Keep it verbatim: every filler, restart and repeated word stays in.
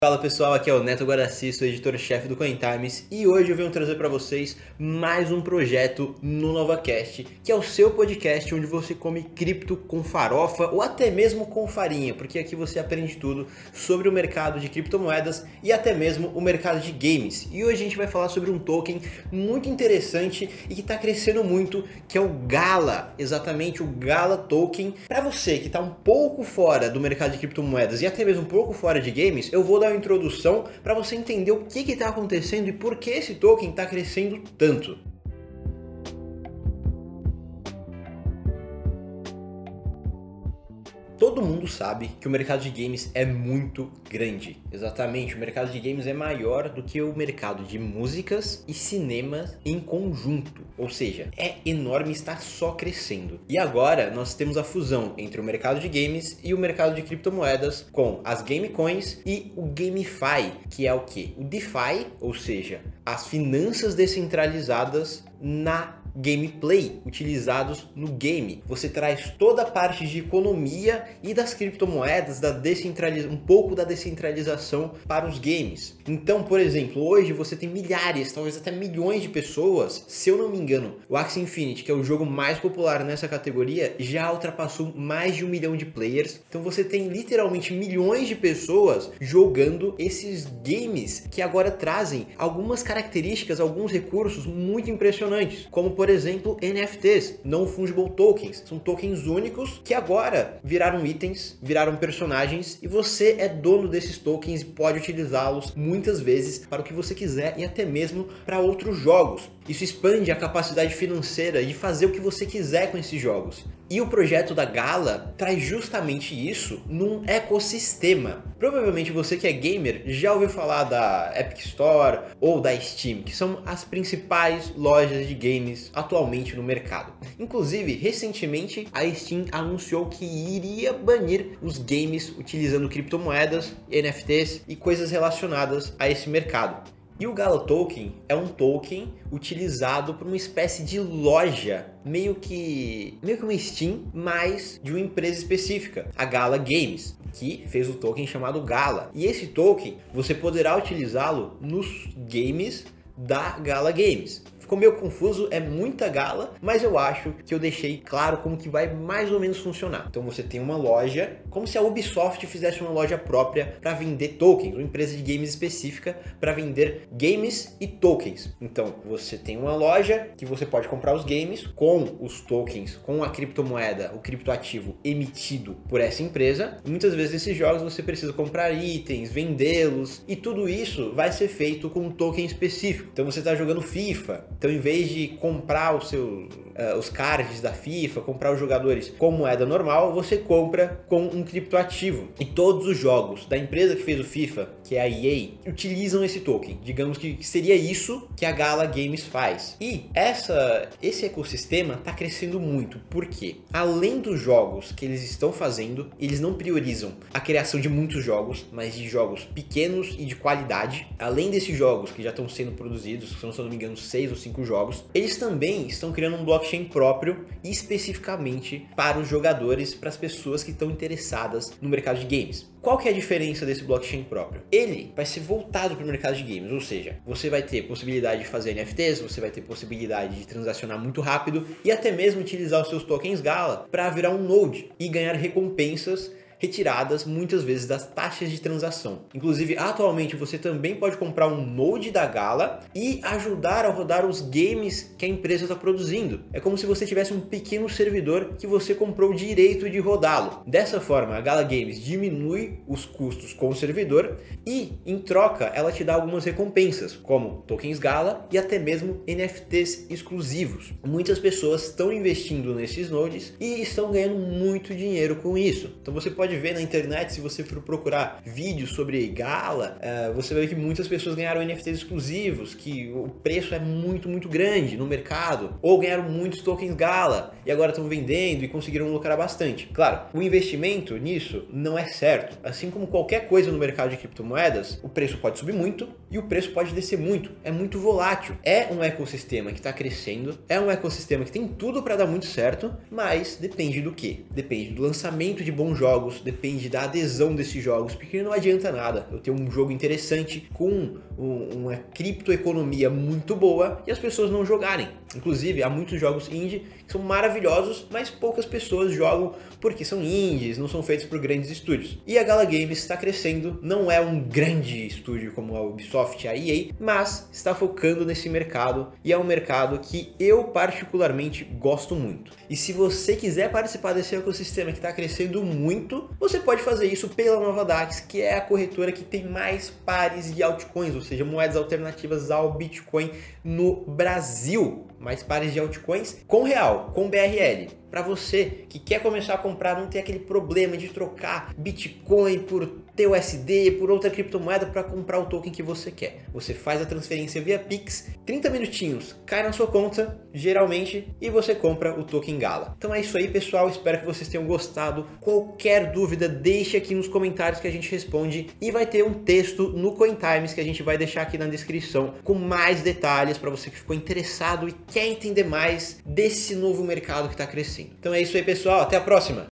Fala pessoal, aqui é o Neto Guaraci, sou editor-chefe do CoinTimes e hoje eu venho trazer para vocês mais um projeto no NovaCast, que é o seu podcast onde você come cripto com farofa ou até mesmo com farinha, porque aqui você aprende tudo sobre o mercado de criptomoedas e até mesmo o mercado de games. E hoje a gente vai falar sobre um token muito interessante e que está crescendo muito, que é o Gala, exatamente o Gala Token. Para você que está um pouco fora do mercado de criptomoedas e até mesmo um pouco fora de games, eu vou dar uma introdução para você entender o que está acontecendo e por que esse token está crescendo tanto. Todo mundo sabe que o mercado de games é muito grande. Exatamente, o mercado de games é maior do que o mercado de músicas e cinemas em conjunto. Ou seja, é enorme e está só crescendo. E agora nós temos a fusão entre o mercado de games e o mercado de criptomoedas com as gamecoins e o GameFi, que é o que? O DeFi, ou seja, as finanças descentralizadas na gameplay, utilizados no game. Você traz toda a parte de economia e das criptomoedas, da descentraliza... um pouco da descentralização para os games. Então, por exemplo, hoje você tem milhares, talvez até milhões de pessoas, se eu não me engano, o Axie Infinity, que é o jogo mais popular nessa categoria, já ultrapassou mais de um milhão de players. Então você tem literalmente milhões de pessoas jogando esses games que agora trazem algumas características, alguns recursos muito impressionantes, como por exemplo N F Ts, Non Fungible Tokens. São tokens únicos que agora viraram itens, viraram personagens e você é dono desses tokens e pode utilizá-los muitas vezes para o que você quiser e até mesmo para outros jogos. Isso expande a capacidade financeira de fazer o que você quiser com esses jogos. E o projeto da Gala traz justamente isso num ecossistema. Provavelmente você que é gamer já ouviu falar da Epic Store ou da Steam, que são as principais lojas de games atualmente no mercado. Inclusive, recentemente a Steam anunciou que iria banir os games utilizando criptomoedas, N F Ts e coisas relacionadas a esse mercado. E o Gala Token é um token utilizado por uma espécie de loja, meio que, meio que uma Steam, mas de uma empresa específica, a Gala Games, que fez o token chamado Gala. E esse token você poderá utilizá-lo nos games da Gala Games. Ficou meio confuso, é muita gala, mas eu acho que eu deixei claro como que vai mais ou menos funcionar. Então você tem uma loja, como se a Ubisoft fizesse uma loja própria para vender tokens, uma empresa de games específica para vender games e tokens. Então você tem uma loja que você pode comprar os games com os tokens, com a criptomoeda, o criptoativo emitido por essa empresa. E muitas vezes nesses jogos você precisa comprar itens, vendê-los e tudo isso vai ser feito com um token específico. Então você está jogando FIFA. Então, em vez de comprar o seu, uh, os cards da FIFA, comprar os jogadores com moeda normal, você compra com um criptoativo. E todos os jogos da empresa que fez o FIFA, que é a E A, utilizam esse token. Digamos que seria isso que a Gala Games faz. E essa, esse ecossistema está crescendo muito. Por quê? Além dos jogos que eles estão fazendo, eles não priorizam a criação de muitos jogos, mas de jogos pequenos e de qualidade. Além desses jogos que já estão sendo produzidos, são, se eu não me engano, seis ou cinco jogos, eles também estão criando um blockchain próprio especificamente para os jogadores, para as pessoas que estão interessadas no mercado de games. Qual que é a diferença desse blockchain próprio? Ele vai ser voltado para o mercado de games, ou seja, você vai ter possibilidade de fazer N F Ts, você vai ter possibilidade de transacionar muito rápido e até mesmo utilizar os seus tokens Gala para virar um node e ganhar recompensas retiradas muitas vezes das taxas de transação. Inclusive, atualmente você também pode comprar um node da Gala e ajudar a rodar os games que a empresa está produzindo. É como se você tivesse um pequeno servidor que você comprou o direito de rodá-lo. Dessa forma, a Gala Games diminui os custos com o servidor e, em troca, ela te dá algumas recompensas, como tokens Gala e até mesmo N F Ts exclusivos. Muitas pessoas estão investindo nesses nodes e estão ganhando muito dinheiro com isso. Então você pode ver na internet, se você for procurar vídeos sobre Gala, uh, você vai ver que muitas pessoas ganharam N F Ts exclusivos, que o preço é muito, muito grande no mercado, ou ganharam muitos tokens Gala e agora estão vendendo e conseguiram lucrar bastante. Claro, o investimento nisso não é certo. Assim como qualquer coisa no mercado de criptomoedas, o preço pode subir muito e o preço pode descer muito. É muito volátil. É um ecossistema que está crescendo, é um ecossistema que tem tudo para dar muito certo, mas depende do quê? Depende do lançamento de bons jogos, depende da adesão desses jogos, porque não adianta nada eu ter um jogo interessante com uma criptoeconomia muito boa e as pessoas não jogarem. Inclusive, há muitos jogos indie que são maravilhosos, mas poucas pessoas jogam porque são indies, não são feitos por grandes estúdios. E a Gala Games está crescendo, não é um grande estúdio como a Ubisoft, a E A, mas está focando nesse mercado e é um mercado que eu particularmente gosto muito. E se você quiser participar desse ecossistema que está crescendo muito, você pode fazer isso pela Novadax, que é a corretora que tem mais pares de altcoins, ou seja, moedas alternativas ao Bitcoin no Brasil. Mais pares de altcoins com real, com B R L. Para você que quer começar a comprar, não ter aquele problema de trocar Bitcoin por T U S D, por outra criptomoeda para comprar o token que você quer. Você faz a transferência via Pix, trinta minutinhos, cai na sua conta, geralmente, e você compra o token Gala. Então é isso aí, pessoal. Espero que vocês tenham gostado. Qualquer dúvida, deixe aqui nos comentários que a gente responde e vai ter um texto no CoinTimes que a gente vai deixar aqui na descrição com mais detalhes para você que ficou interessado e quer entender mais desse novo mercado que está crescendo. Então é isso aí, pessoal. Até a próxima!